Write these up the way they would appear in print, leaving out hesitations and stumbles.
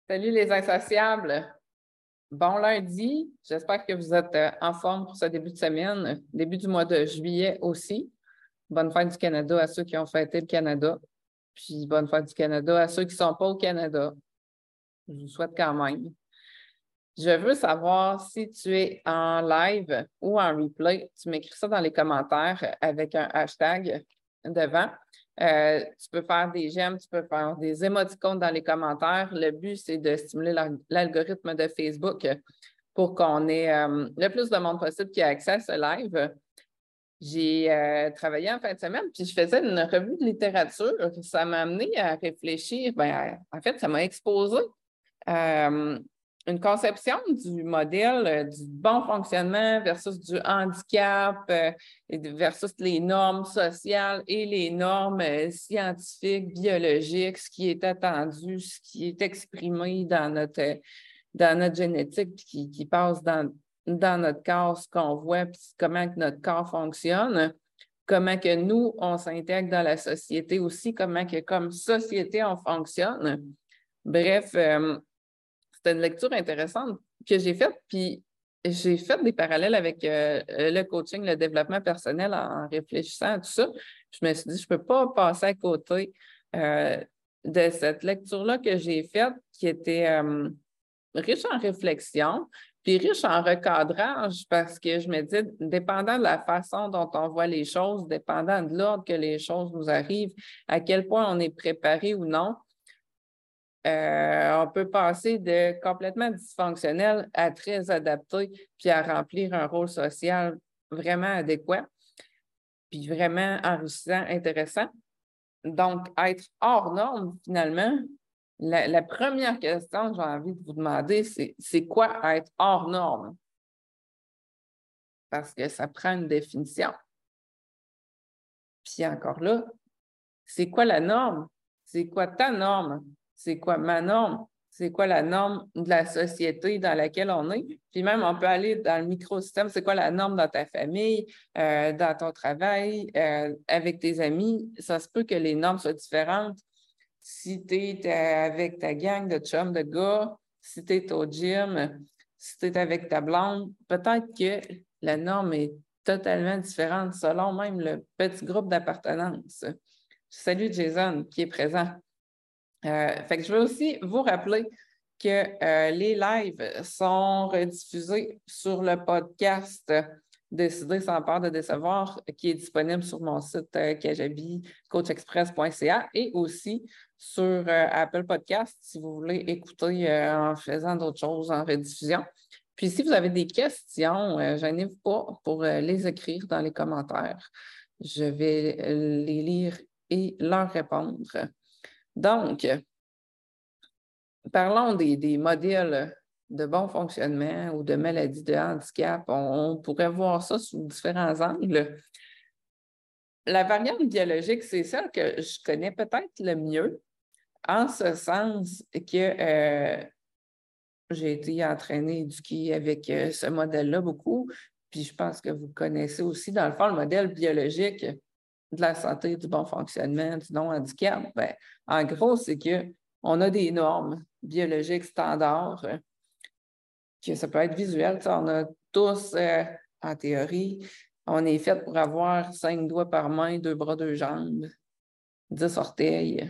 Salut les insociables. Bon lundi. J'espère que vous êtes en forme pour ce début de semaine, début du mois de juillet aussi. Bonne fête du Canada à ceux qui ont fêté le Canada. Puis bonne fête du Canada à ceux qui ne sont pas au Canada. Je vous souhaite quand même. Je veux savoir si tu es en live ou en replay. Tu m'écris ça dans les commentaires avec un hashtag devant. Tu peux faire des j'aime, tu peux faire des émoticônes dans les commentaires. Le but, c'est de stimuler l'algorithme de Facebook pour qu'on ait le plus de monde possible qui a accès à ce live. J'ai travaillé en fin de semaine, puis je faisais une revue de littérature. Ça m'a amené à réfléchir. En fait, ça m'a exposé une conception du modèle du bon fonctionnement versus du handicap versus les normes sociales et les normes scientifiques, biologiques, ce qui est attendu, ce qui est exprimé dans notre génétique, puis qui passe dans notre corps, ce qu'on voit, puis comment que notre corps fonctionne, comment que nous, on s'intègre dans la société aussi, comment que comme société, on fonctionne. Bref, c'était une lecture intéressante que j'ai faite, puis j'ai fait des parallèles avec le coaching, le développement personnel en réfléchissant à tout ça. Je me suis dit, je ne peux pas passer à côté de cette lecture-là que j'ai faite, qui était riche en réflexion, puis riche en recadrage, parce que je me dis, dépendant de la façon dont on voit les choses, dépendant de l'ordre que les choses nous arrivent, à quel point on est préparé ou non, on peut passer de complètement dysfonctionnel à très adapté, puis à remplir un rôle social vraiment adéquat, puis vraiment enrichissant, intéressant. Donc, être hors norme, finalement, la première question que j'ai envie de vous demander, c'est quoi être hors norme? Parce que ça prend une définition. Puis encore là, c'est quoi la norme? C'est quoi ta norme? C'est quoi ma norme? C'est quoi la norme de la société dans laquelle on est? Puis même, on peut aller dans le microsystème. C'est quoi la norme dans ta famille, dans ton travail, avec tes amis? Ça se peut que les normes soient différentes. Si tu es avec ta gang de chums, de gars, si tu es au gym, si tu es avec ta blonde, peut-être que la norme est totalement différente selon même le petit groupe d'appartenance. Salut Jason qui est présent. Fait que je veux aussi vous rappeler que les lives sont rediffusés sur le podcast Décider sans peur de décevoir, qui est disponible sur mon site Kajabi, coachexpress.ca et aussi sur Apple Podcast si vous voulez écouter en faisant d'autres choses en rediffusion. Puis si vous avez des questions, gênez-vous pas pour les écrire dans les commentaires. Je vais les lire et leur répondre. Donc, parlons des modèles de bon fonctionnement ou de maladie de handicap. On pourrait voir ça sous différents angles. La variante biologique, c'est celle que je connais peut-être le mieux, en ce sens que j'ai été entraînée, éduquée avec ce modèle-là beaucoup. Puis je pense que vous connaissez aussi, dans le fond, le modèle biologique de la santé, du bon fonctionnement, du non-handicap. Bien, en gros, c'est qu'on a des normes biologiques standards, que ça peut être visuel. On a tous, en théorie, on est fait pour avoir 5 doigts par main, 2 bras, 2 jambes, 10 orteils.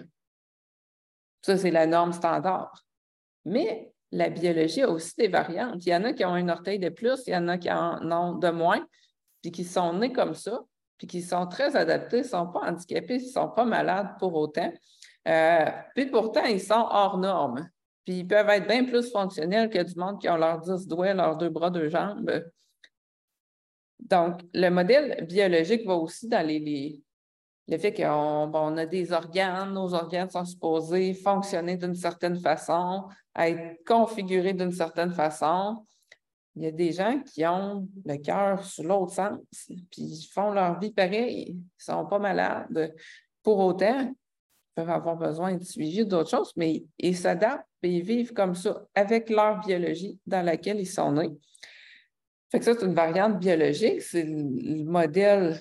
Ça, c'est la norme standard. Mais la biologie a aussi des variantes. Il y en a qui ont un orteil de plus, il y en a qui en ont de moins, puis qui sont nés comme ça, puis qui sont très adaptés, ils ne sont pas handicapés, ils ne sont pas malades pour autant. Puis pourtant, ils sont hors normes. Puis ils peuvent être bien plus fonctionnels que du monde qui ont leurs 10 doigts, leurs 2 bras, 2 jambes. Donc, le modèle biologique va aussi dans le fait qu'on a des organes, nos organes sont supposés fonctionner d'une certaine façon, être configurés d'une certaine façon. Il y a des gens qui ont le cœur sur l'autre sens, puis ils font leur vie pareil, ils ne sont pas malades. Pour autant, ils peuvent avoir besoin de suivi d'autres choses, mais ils s'adaptent et ils vivent comme ça, avec leur biologie dans laquelle ils sont nés. Fait que ça, c'est une variante biologique, c'est le modèle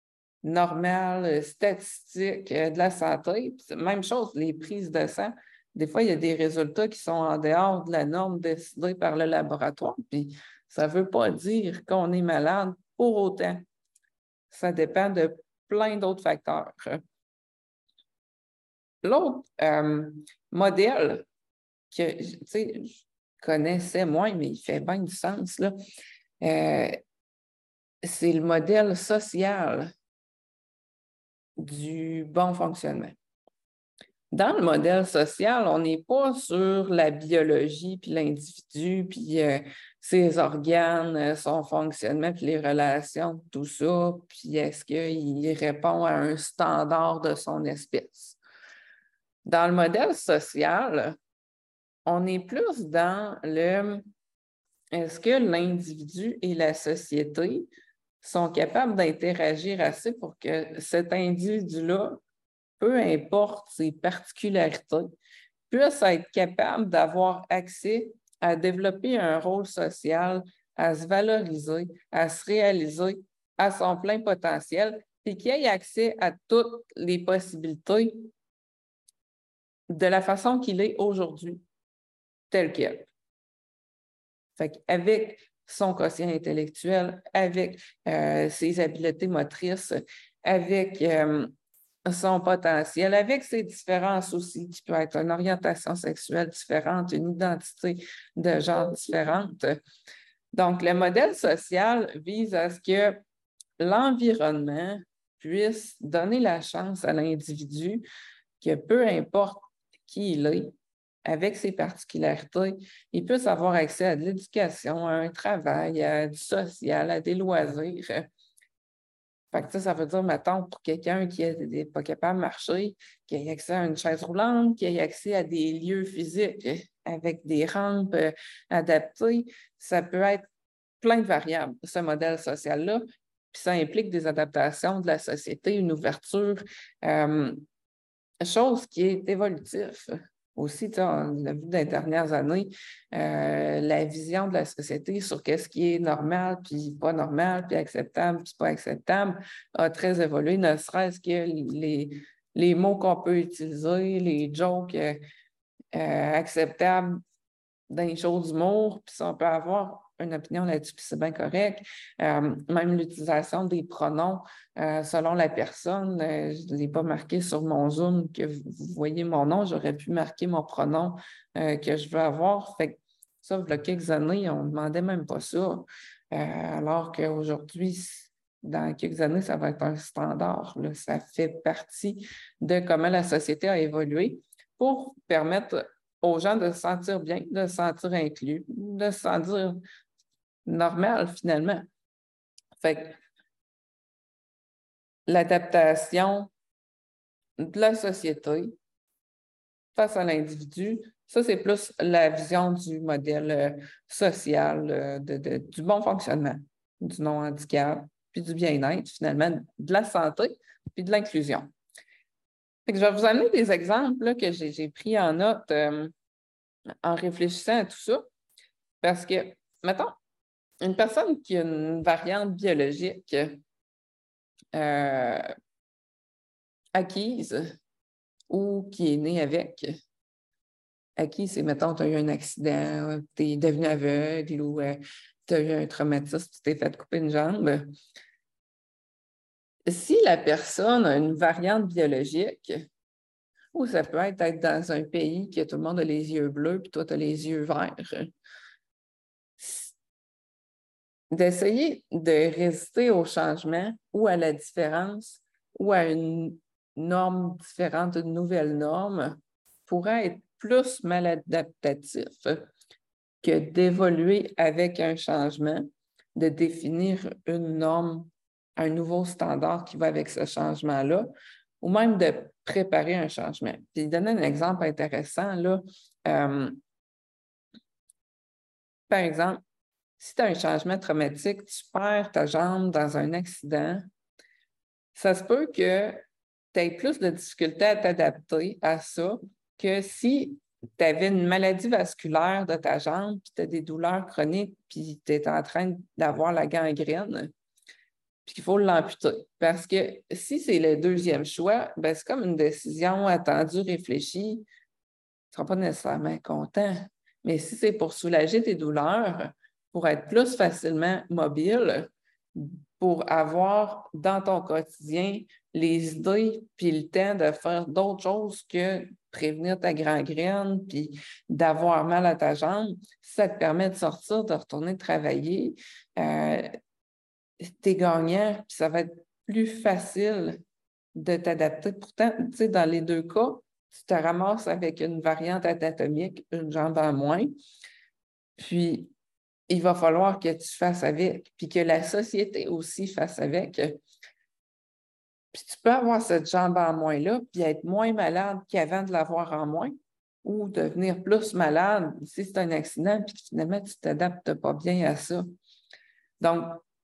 normal, statistique de la santé. Même chose, les prises de sang. des fois, il y a des résultats qui sont en dehors de la norme décidée par le laboratoire, puis ça ne veut pas dire qu'on est malade pour autant. Ça dépend de plein d'autres facteurs. L'autre modèle que je connaissais moins, mais il fait bien du sens, là, c'est le modèle social du bon fonctionnement. Dans le modèle social, on n'est pas sur la biologie, puis l'individu, puis ses organes, son fonctionnement, puis les relations, tout ça, puis est-ce qu'il répond à un standard de son espèce. Dans le modèle social, on est plus dans le est-ce que l'individu et la société sont capables d'interagir assez pour que cet individu-là, peu importe ses particularités, puisse être capable d'avoir accès à développer un rôle social, à se valoriser, à se réaliser à son plein potentiel, puis qu'il ait accès à toutes les possibilités de la façon qu'il est aujourd'hui, tel quel. Fait qu'avec son quotient intellectuel, avec ses habiletés motrices, avec son potentiel, avec ses différences aussi, qui peut être une orientation sexuelle différente, une identité de genre différente. Donc, le modèle social vise à ce que l'environnement puisse donner la chance à l'individu que peu importe qui il est, avec ses particularités, il puisse avoir accès à de l'éducation, à un travail, à du social, à des loisirs. Fait que ça veut dire, mettons, pour quelqu'un qui n'est pas capable de marcher, qui ait accès à une chaise roulante, qui ait accès à des lieux physiques avec des rampes adaptées, ça peut être plein de variables, ce modèle social-là. Puis ça implique des adaptations de la société, une ouverture, chose qui est évolutive. Aussi, on l'a vu dans les dernières années, la vision de la société sur qu'est-ce qui est normal, puis pas normal, puis acceptable, puis pas acceptable, a très évolué, ne serait-ce que les mots qu'on peut utiliser, les jokes acceptables dans les choses d'humour, puis ça, on peut avoir une opinion là-dessus, puis c'est bien correct. Même l'utilisation des pronoms selon la personne. Je ne l'ai pas marqué sur mon Zoom que vous voyez mon nom. J'aurais pu marquer mon pronom que je veux avoir. Fait que ça, il y a quelques années, on ne demandait même pas ça. Alors qu'aujourd'hui, dans quelques années, ça va être un standard, là. Ça fait partie de comment la société a évolué pour permettre aux gens de se sentir bien, de se sentir inclus, de se sentir normal finalement. Fait que l'adaptation de la société face à l'individu, ça, c'est plus la vision du modèle social, du bon fonctionnement, du non-handicap, puis du bien-être, finalement, de la santé, puis de l'inclusion. Je vais vous amener des exemples là, que j'ai pris en note en réfléchissant à tout ça, parce que, mettons, une personne qui a une variante biologique acquise ou qui est née avec, acquise, c'est, mettons, tu as eu un accident, tu es devenu aveugle ou tu as eu un traumatisme, tu t'es fait couper une jambe. Si la personne a une variante biologique, ou ça peut être dans un pays que tout le monde a les yeux bleus puis toi, tu as les yeux verts, d'essayer de résister au changement ou à la différence ou à une norme différente, une nouvelle norme, pourrait être plus maladaptatif que d'évoluer avec un changement, de définir une norme, un nouveau standard qui va avec ce changement-là, ou même de préparer un changement. Puis, donner un exemple intéressant, là, par exemple, si tu as un changement traumatique, tu perds ta jambe dans un accident, ça se peut que tu aies plus de difficultés à t'adapter à ça que si tu avais une maladie vasculaire de ta jambe, puis tu as des douleurs chroniques, puis tu es en train d'avoir la gangrène, puis qu'il faut l'amputer. Parce que si c'est le deuxième choix, ben c'est comme une décision attendue, réfléchie. seras pas nécessairement content. Mais si c'est pour soulager tes douleurs, pour être plus facilement mobile, pour avoir dans ton quotidien les idées puis le temps de faire d'autres choses que prévenir ta gangrène puis d'avoir mal à ta jambe, ça te permet de sortir, de retourner travailler, t'es gagnant, puis ça va être plus facile de t'adapter. Pourtant, tu sais, dans les deux cas, tu te ramasses avec une variante anatomique, une jambe en moins, puis il va falloir que tu fasses avec, puis que la société aussi fasse avec. Puis tu peux avoir cette jambe en moins-là, puis être moins malade qu'avant de l'avoir en moins, ou devenir plus malade si c'est un accident, puis finalement, tu ne t'adaptes pas bien à ça. Donc,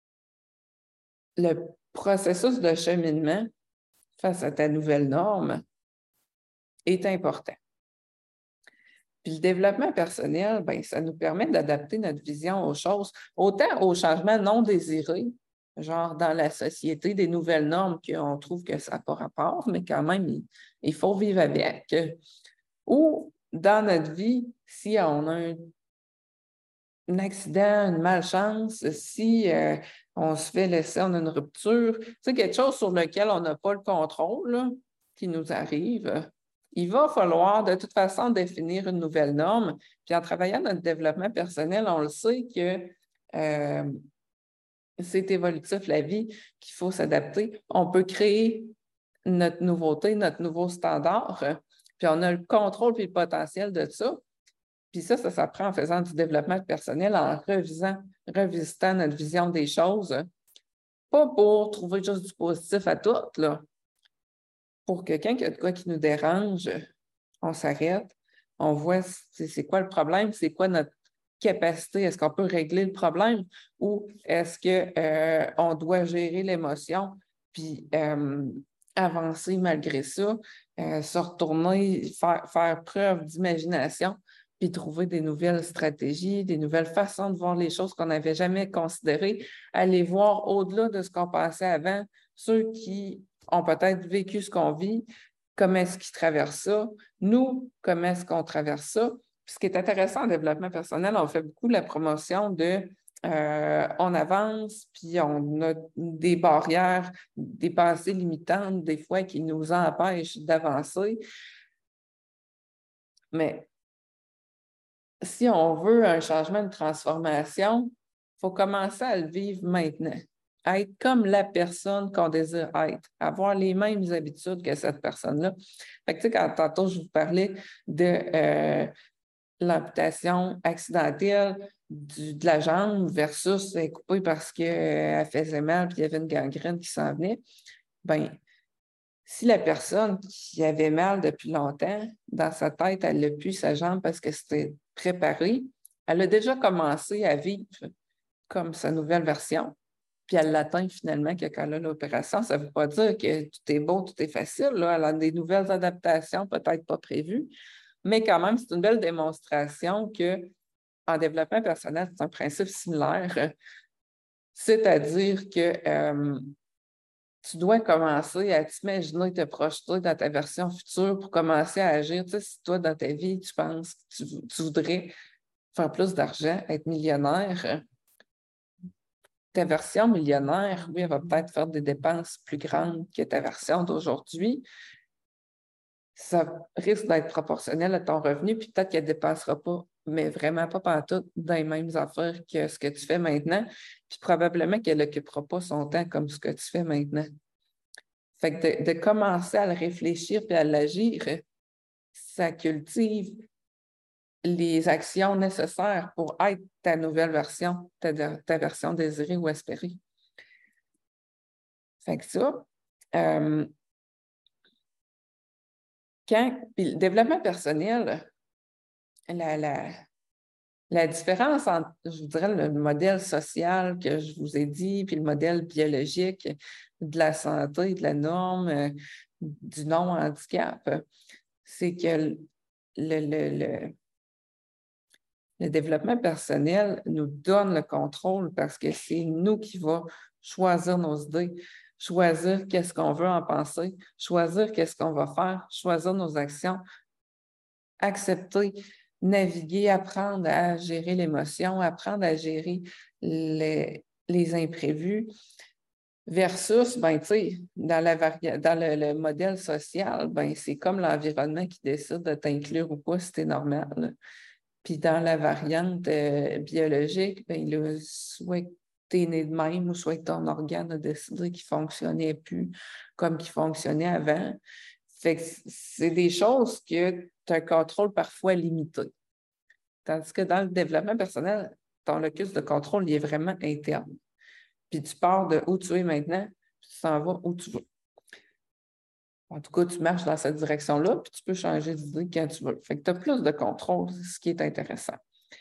le processus de cheminement face à ta nouvelle norme est important. Puis le développement personnel, bien, ça nous permet d'adapter notre vision aux choses, autant aux changements non désirés, genre dans la société, des nouvelles normes qu'on trouve que ça n'a pas rapport, mais quand même, il faut vivre avec. Ou dans notre vie, si on a un accident, une malchance, si on se fait laisser, on a une rupture, c'est quelque chose sur lequel on n'a pas le contrôle, là, qui nous arrive. Il va falloir de toute façon définir une nouvelle norme. Puis en travaillant notre développement personnel, on le sait que c'est évolutif la vie, qu'il faut s'adapter. On peut créer notre nouveauté, notre nouveau standard, puis on a le contrôle et le potentiel de ça. Puis ça s'apprend en faisant du développement personnel, en revisitant notre vision des choses. Pas pour trouver juste du positif à tout, là. Pour quelqu'un qui a de quoi qui nous dérange, on s'arrête, on voit c'est quoi le problème, c'est quoi notre capacité, est-ce qu'on peut régler le problème ou est-ce qu'on doit gérer l'émotion puis avancer malgré ça, se retourner, faire preuve d'imagination puis trouver des nouvelles stratégies, des nouvelles façons de voir les choses qu'on n'avait jamais considérées, aller voir au-delà de ce qu'on pensait avant, ceux qui ont peut-être vécu ce qu'on vit, comment est-ce qu'ils traversent ça, nous, comment est-ce qu'on traverse ça. Puis ce qui est intéressant en développement personnel, on fait beaucoup la promotion de on avance, puis on a des barrières, des pensées limitantes, des fois, qui nous empêchent d'avancer. Mais si on veut un changement, une transformation, il faut commencer à le vivre maintenant. À être comme la personne qu'on désire être, avoir les mêmes habitudes que cette personne-là. Fait que, tu sais, quand tantôt je vous parlais de l'amputation accidentelle de la jambe versus elle est coupée parce qu'elle faisait mal et il y avait une gangrène qui s'en venait, bien, si la personne qui avait mal depuis longtemps, dans sa tête, elle n'a plus sa jambe parce que c'était préparé, elle a déjà commencé à vivre comme sa nouvelle version, puis elle l'atteint finalement quand elle a l'opération. Ça ne veut pas dire que tout est beau, tout est facile. Là. Elle a des nouvelles adaptations, peut-être pas prévues, mais quand même, c'est une belle démonstration qu'en développement personnel, c'est un principe similaire, c'est-à-dire que tu dois commencer à t'imaginer, te projeter dans ta version future pour commencer à agir. Tu sais, si toi, dans ta vie, tu penses que tu voudrais faire plus d'argent, être millionnaire, ta version millionnaire, oui, elle va peut-être faire des dépenses plus grandes que ta version d'aujourd'hui. Ça risque d'être proportionnel à ton revenu, puis peut-être qu'elle ne dépensera pas, mais vraiment pas partout dans les mêmes affaires que ce que tu fais maintenant, puis probablement qu'elle n'occupera pas son temps comme ce que tu fais maintenant. Fait que de commencer à le réfléchir puis à l'agir, ça cultive les actions nécessaires pour être ta nouvelle version, ta version désirée ou espérée. Fait que ça, puis le développement personnel, la différence entre, je vous dirais, le modèle social que je vous ai dit, puis le modèle biologique de la santé, de la norme, du non-handicap, c'est que le développement personnel nous donne le contrôle parce que c'est nous qui va choisir nos idées, choisir qu'est-ce qu'on veut en penser, choisir qu'est-ce qu'on va faire, choisir nos actions accepter, naviguer, apprendre à gérer l'émotion, apprendre à gérer les imprévus, versus, ben, tu sais, dans le modèle social, ben, c'est comme l'environnement qui décide de t'inclure ou pas si c'est normal. Puis dans la variante biologique, ben, là, soit tu es né de même ou soit ton organe a décidé qu'il ne fonctionnait plus comme qu'il fonctionnait avant. Fait que c'est des choses que tu as un contrôle parfois limité. Tandis que dans le développement personnel, ton locus de contrôle, il est vraiment interne. Puis tu pars de où tu es maintenant, puis tu t'en vas où tu veux. En tout cas, tu marches dans cette direction-là, puis tu peux changer d'idée quand tu veux. Fait que tu as plus de contrôle, ce qui est intéressant.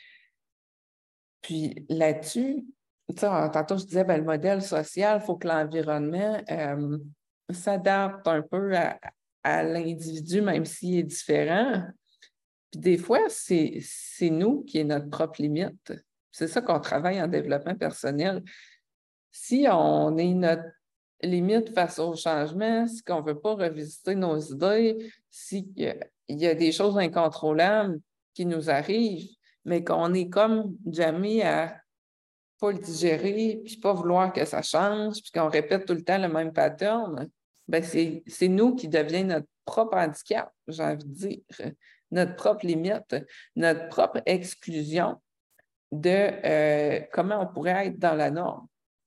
Puis là-dessus, tu sais, tantôt je disais, ben, le modèle social, il faut que l'environnement s'adapte un peu à l'individu, même s'il est différent. Puis des fois, c'est nous qui est notre propre limite. C'est ça qu'on travaille en développement personnel. Si on est notre limite face au changement, si on ne veut pas revisiter nos idées, s'il y a des choses incontrôlables qui nous arrivent, mais qu'on est comme jamais à pas le digérer, puis pas vouloir que ça change, puis qu'on répète tout le temps le même pattern, ben c'est nous qui devient notre propre handicap, j'ai envie de dire, notre propre limite, notre propre exclusion de comment on pourrait être dans la norme.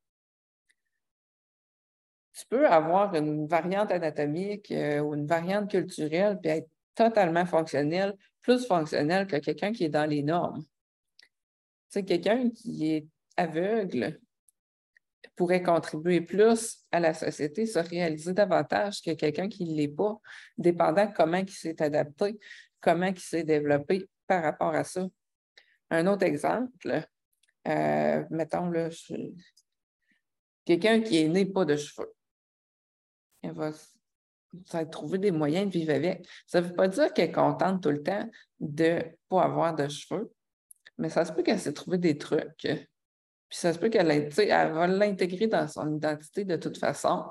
Tu peux avoir une variante anatomique ou une variante culturelle puis être totalement fonctionnel, plus fonctionnel que quelqu'un qui est dans les normes. Tu sais, quelqu'un qui est aveugle pourrait contribuer plus à la société, se réaliser davantage que quelqu'un qui ne l'est pas, dépendant comment il s'est adapté, comment il s'est développé par rapport à ça. Un autre exemple, mettons, là, quelqu'un qui est né pas de cheveux. Elle va trouver des moyens de vivre avec. Ça ne veut pas dire qu'elle est contente tout le temps de ne pas avoir de cheveux, mais ça se peut qu'elle s'est trouvé des trucs. Puis ça se peut qu'elle va l'intégrer dans son identité de toute façon.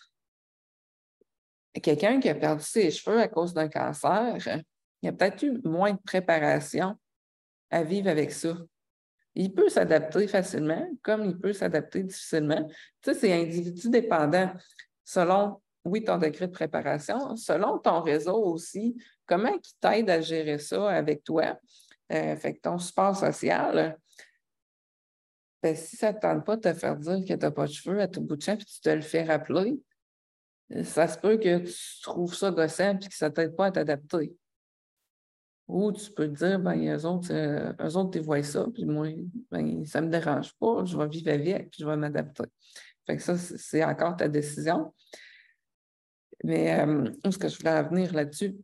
Quelqu'un qui a perdu ses cheveux à cause d'un cancer, il a peut-être eu moins de préparation à vivre avec ça. Il peut s'adapter facilement, comme il peut s'adapter difficilement. Tu sais, c'est individu dépendant selon, oui, ton degré de préparation, selon ton réseau aussi, comment il t'aide à gérer ça avec toi. Fait que ton support social, ben, si ça ne te tente pas de te faire dire que tu n'as pas de cheveux à tout bout de champ puis tu te le fais rappeler, ça se peut que tu trouves ça gossant et que ça ne t'aide pas à t'adapter. Ou tu peux te dire, ben, eux autres, ils voient ça, puis moi, ben, ça ne me dérange pas, je vais vivre avec, puis je vais m'adapter. Fait que ça, c'est encore ta décision. Mais ce que je voulais en venir là-dessus,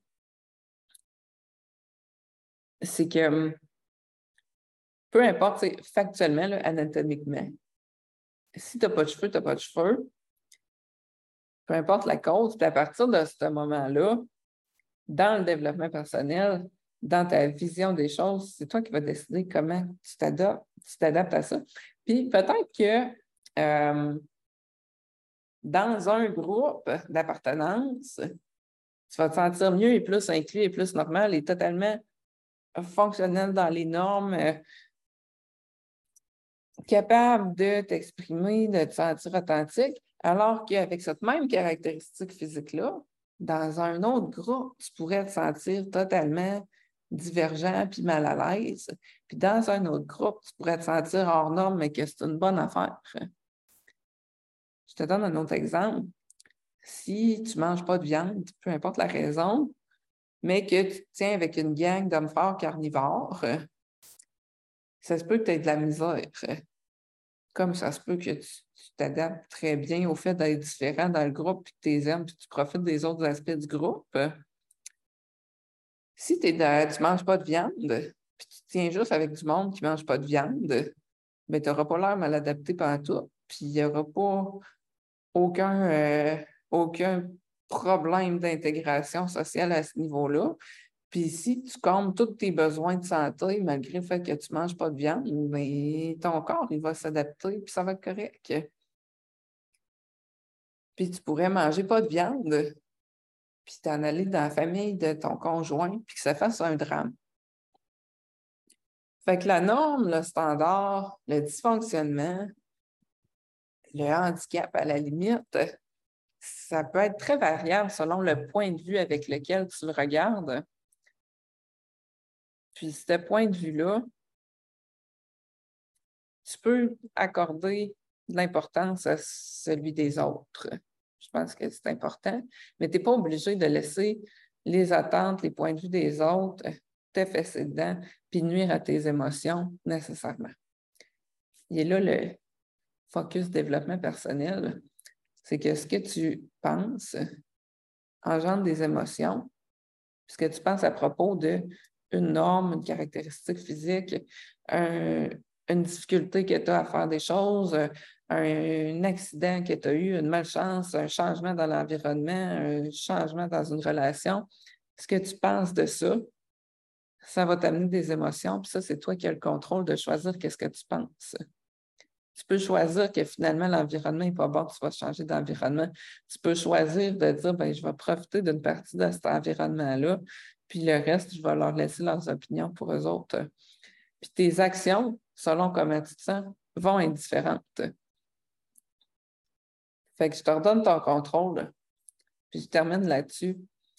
c'est que peu importe, factuellement, là, anatomiquement, si tu n'as pas de cheveux, tu n'as pas de cheveux, peu importe la cause, puis à partir de ce moment-là, dans le développement personnel, dans ta vision des choses, c'est toi qui vas décider comment tu t'adaptes à ça. Puis peut-être que dans un groupe d'appartenance, tu vas te sentir mieux et plus inclus et plus normal et totalement fonctionnel dans les normes, capable de t'exprimer, de te sentir authentique, alors qu'avec cette même caractéristique physique-là, dans un autre groupe, tu pourrais te sentir totalement divergent puis mal à l'aise. Puis dans un autre groupe, tu pourrais te sentir hors norme, mais que c'est une bonne affaire. Je te donne un autre exemple. Si tu ne manges pas de viande, peu importe la raison, mais que tu te tiens avec une gang d'hommes forts carnivores, ça se peut que tu aies de la misère. Comme ça se peut que tu t'adaptes très bien au fait d'être différent dans le groupe, puis que tu les aimes, puis que tu profites des autres aspects du groupe. Si tu ne manges pas de viande, puis tu tiens juste avec du monde qui ne mange pas de viande, bien, tu n'auras pas l'air mal adapté pendant tout, puis il n'y aura pas aucun problème d'intégration sociale à ce niveau-là. Puis si tu combles tous tes besoins de santé, malgré le fait que tu ne manges pas de viande, bien, ton corps, il va s'adapter, puis ça va être correct. Puis tu pourrais manger pas de viande, puis t'en aller dans la famille de ton conjoint, puis que ça fasse un drame. Fait que la norme, le standard, le dysfonctionnement, le handicap à la limite, ça peut être très variable selon le point de vue avec lequel tu le regardes. Puis ce point de vue-là, tu peux accorder de l'importance à celui des autres. Je pense que c'est important, mais tu n'es pas obligé de laisser les attentes, les points de vue des autres t'effacer dedans puis nuire à tes émotions nécessairement. Il est là le focus développement personnel, c'est que ce que tu penses engendre des émotions, ce que tu penses à propos d'une norme, une caractéristique physique, une difficulté que tu as à faire des choses, un accident que tu as eu, une malchance, un changement dans l'environnement, un changement dans une relation, ce que tu penses de ça, ça va t'amener des émotions, puis ça, c'est toi qui as le contrôle de choisir qu'est-ce que tu penses. Tu peux choisir que finalement, l'environnement n'est pas bon, tu vas changer d'environnement. Tu peux choisir de dire, bien, je vais profiter d'une partie de cet environnement-là, puis le reste, je vais leur laisser leurs opinions pour eux autres. Puis tes actions, selon comment tu te sens, vont être différentes. Fait que je te redonne ton contrôle, puis je termine là-dessus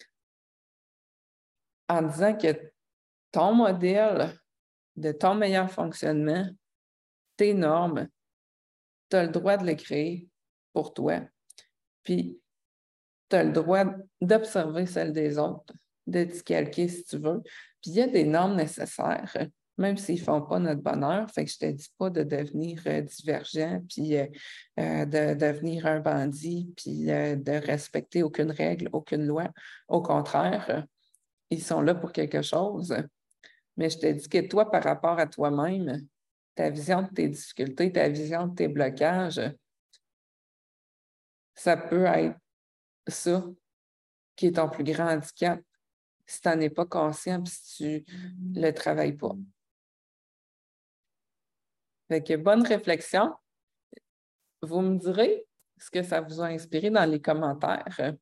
en disant que ton modèle de ton meilleur fonctionnement, tes normes, tu as le droit de les créer pour toi. Puis, tu as le droit d'observer celles des autres, de t'y calquer si tu veux. Puis, il y a des normes nécessaires, même s'ils ne font pas notre bonheur. Fait que je ne te dis pas de devenir divergent, puis de devenir un bandit, puis de respecter aucune règle, aucune loi. Au contraire, ils sont là pour quelque chose. Mais je te dis que toi, par rapport à toi-même, ta vision de tes difficultés, ta vision de tes blocages, ça peut être ça qui est ton plus grand handicap si tu n'en es pas conscient et si tu ne le travailles pas. Fait que bonne réflexion. Vous me direz ce que ça vous a inspiré dans les commentaires.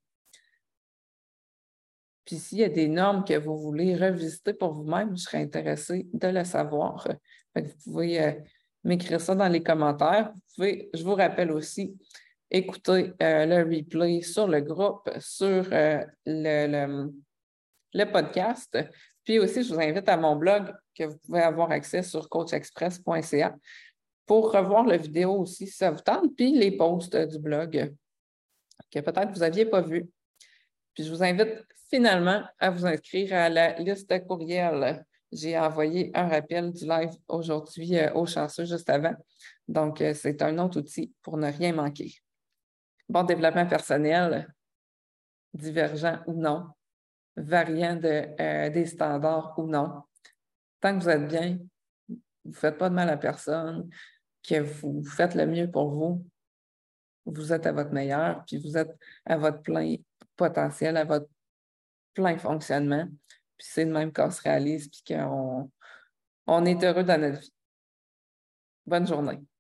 Puis s'il y a des normes que vous voulez revisiter pour vous-même, je serais intéressée de le savoir. Fait que vous pouvez m'écrire ça dans les commentaires. Je vous rappelle aussi, écoutez le replay sur le groupe, sur le podcast. Puis aussi, je vous invite à mon blog que vous pouvez avoir accès sur coachexpress.ca pour revoir la vidéo aussi si ça vous tente, puis les posts du blog que peut-être vous n'aviez pas vus. Puis je vous invite finalement à vous inscrire à la liste de courriels. J'ai envoyé un rappel du live aujourd'hui aux chanceux juste avant. Donc, c'est un autre outil pour ne rien manquer. Bon développement personnel, divergent ou non, variant des standards ou non. Tant que vous êtes bien, vous ne faites pas de mal à personne, que vous faites le mieux pour vous, vous êtes à votre meilleur, puis vous êtes à votre plein potentiel, à votre plein fonctionnement. Puis c'est de même qu'on se réalise, puis qu'on est heureux dans notre vie. Bonne journée.